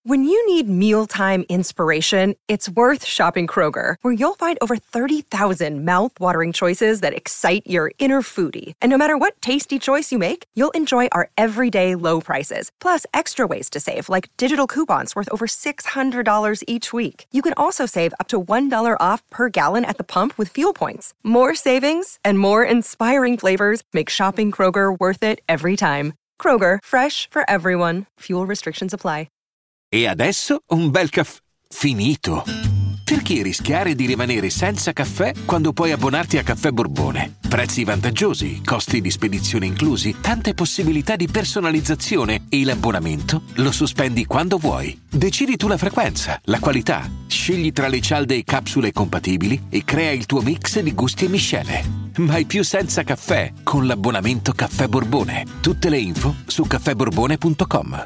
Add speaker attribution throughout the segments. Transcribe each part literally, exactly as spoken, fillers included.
Speaker 1: When you need mealtime inspiration, it's worth shopping Kroger, where you'll find over thirty thousand mouth-watering choices that excite your inner foodie. And no matter what tasty choice you make, you'll enjoy our everyday low prices, plus extra ways to save, like digital coupons worth over six hundred dollars each week. You can also save up to one dollar off per gallon at the pump with fuel points. More savings and more inspiring flavors make shopping Kroger worth it every time. Kroger, fresh for everyone. Fuel restrictions apply.
Speaker 2: E adesso un bel caffè finito. Perché rischiare di rimanere senza caffè quando puoi abbonarti a Caffè Borbone? Prezzi vantaggiosi, costi di spedizione inclusi, tante possibilità di personalizzazione e l'abbonamento lo sospendi quando vuoi. Decidi tu la frequenza, la qualità, scegli tra le cialde e capsule compatibili e crea il tuo mix di gusti e miscele. Mai più senza caffè con l'abbonamento Caffè Borbone. Tutte le info su caffè borbone punto com.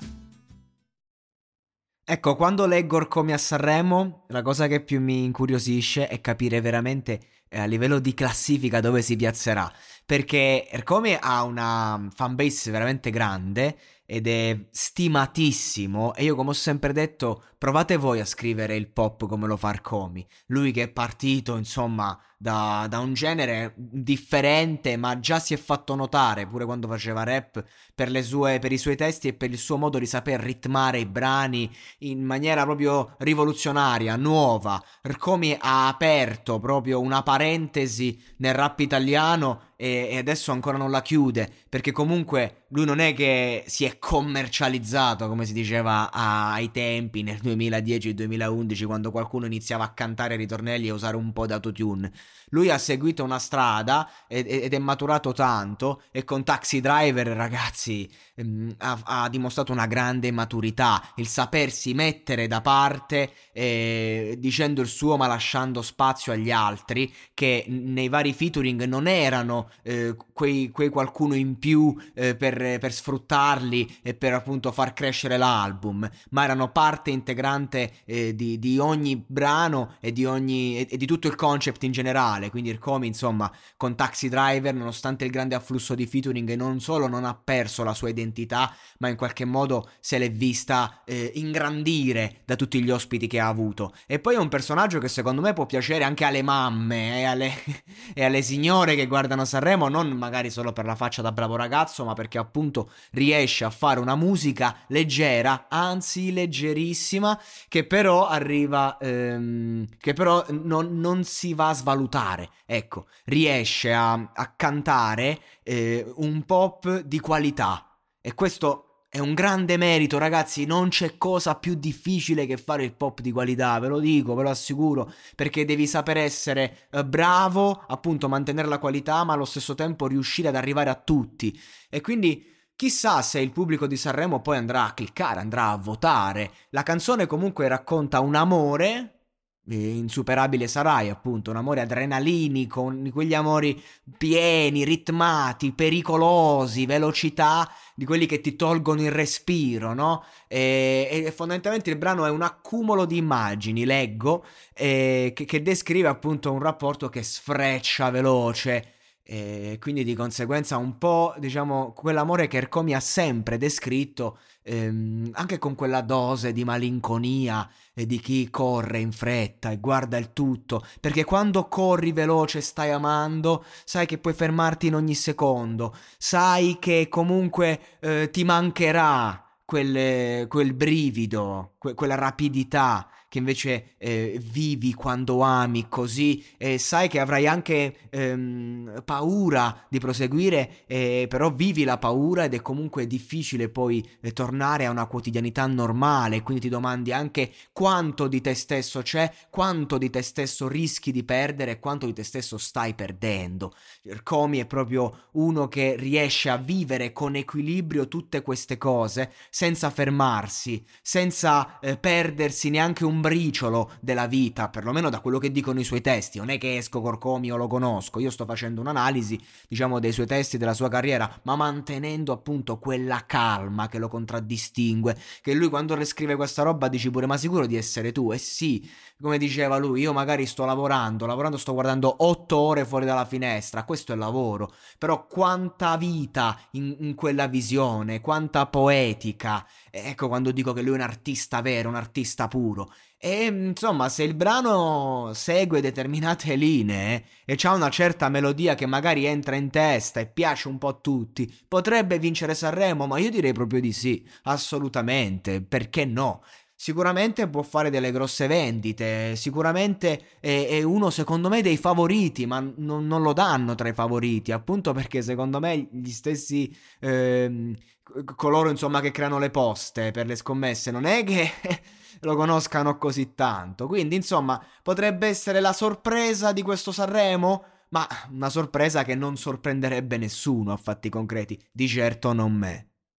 Speaker 3: Ecco, quando leggo Ercomi a Sanremo, la cosa che più mi incuriosisce è capire veramente eh, a livello di classifica dove si piazzerà, perché Ercomi ha una fanbase veramente grande ed è stimatissimo, e io, come ho sempre detto, provate voi a scrivere il pop come lo fa Ercomi, lui che è partito insomma da, da un genere differente, ma già si è fatto notare pure quando faceva rap per le sue, per i suoi testi e per il suo modo di saper ritmare i brani in maniera proprio rivoluzionaria, nuova. Ercomi ha aperto proprio una parentesi nel rap italiano e, e adesso ancora non la chiude, perché comunque lui non è che si è commercializzato come si diceva a, ai tempi nel duemiladieci duemilaundici, quando qualcuno iniziava a cantare ritornelli e usare un po' d'autotune. Lui ha seguito una strada ed, ed è maturato tanto, e con Taxi Driver, ragazzi, ehm, ha, ha dimostrato una grande maturità, il sapersi mettere da parte eh, dicendo il suo ma lasciando spazio agli altri, che nei vari featuring non erano eh, quei, quei qualcuno in più eh, per, per sfruttarli e per appunto far crescere l'album, ma erano parte integrante eh, di, di ogni brano e di ogni e, e di tutto il concept in generale. Quindi Ercomi, insomma, con Taxi Driver, nonostante il grande afflusso di featuring, non solo non ha perso la sua identità, ma in qualche modo se l'è vista eh, ingrandire da tutti gli ospiti che ha avuto. E poi è un personaggio che secondo me può piacere anche alle mamme e alle, e alle signore che guardano Sanremo, non magari solo per la faccia da bravo ragazzo, ma perché appunto riesce a fare una musica leggera, anzi leggerissima, che però arriva ehm, che però non, non si va a svalutare. Ecco, riesce a, a cantare eh, un pop di qualità, e questo è un grande merito, ragazzi. Non c'è cosa più difficile che fare il pop di qualità, ve lo dico, ve lo assicuro, perché devi saper essere eh, bravo, appunto mantenere la qualità, ma allo stesso tempo riuscire ad arrivare a tutti. E quindi chissà se il pubblico di Sanremo poi andrà a cliccare, andrà a votare. La canzone comunque racconta un amore, Insuperabile sarai, appunto, un amore adrenalinico, con quegli amori pieni, ritmati, pericolosi, velocità, di quelli che ti tolgono il respiro, no? E, e fondamentalmente il brano è un accumulo di immagini, leggo, e, che, che descrive appunto un rapporto che sfreccia veloce, e quindi di conseguenza un po', diciamo, quell'amore che Ercomi ha sempre descritto, ehm, anche con quella dose di malinconia e di chi corre in fretta e guarda il tutto, perché quando corri veloce stai amando, sai che puoi fermarti in ogni secondo, sai che comunque eh, ti mancherà quel, quel brivido, que- quella rapidità che invece eh, vivi quando ami così, e sai che avrai anche ehm, paura di proseguire, eh, però vivi la paura ed è comunque difficile poi eh, tornare a una quotidianità normale, quindi ti domandi anche quanto di te stesso c'è, quanto di te stesso rischi di perdere e quanto di te stesso stai perdendo. Ercomi è proprio uno che riesce a vivere con equilibrio tutte queste cose senza fermarsi, senza eh, perdersi neanche un briciolo della vita, perlomeno da quello che dicono i suoi testi. Non è che esco Ercomi o lo conosco, io sto facendo un'analisi, diciamo, dei suoi testi, della sua carriera, ma mantenendo appunto quella calma che lo contraddistingue, che lui quando riscrive questa roba dici pure: ma sicuro di essere tu? E sì, come diceva lui, io magari sto lavorando, lavorando sto guardando otto ore fuori dalla finestra, questo è lavoro, però quanta vita in, in quella visione, quanta poetica. Ecco quando dico che lui è un artista artista vero, un artista puro. E insomma, se il brano segue determinate linee e c'ha una certa melodia che magari entra in testa e piace un po' a tutti, potrebbe vincere Sanremo, ma io direi proprio di sì, assolutamente, perché no? Sicuramente può fare delle grosse vendite, sicuramente è, è uno secondo me dei favoriti, ma non, non lo danno tra i favoriti, appunto perché secondo me gli stessi ehm, c- coloro insomma che creano le poste per le scommesse non è che lo conoscano così tanto, quindi insomma potrebbe essere la sorpresa di questo Sanremo, ma una sorpresa che non sorprenderebbe nessuno a fatti concreti, di certo non me.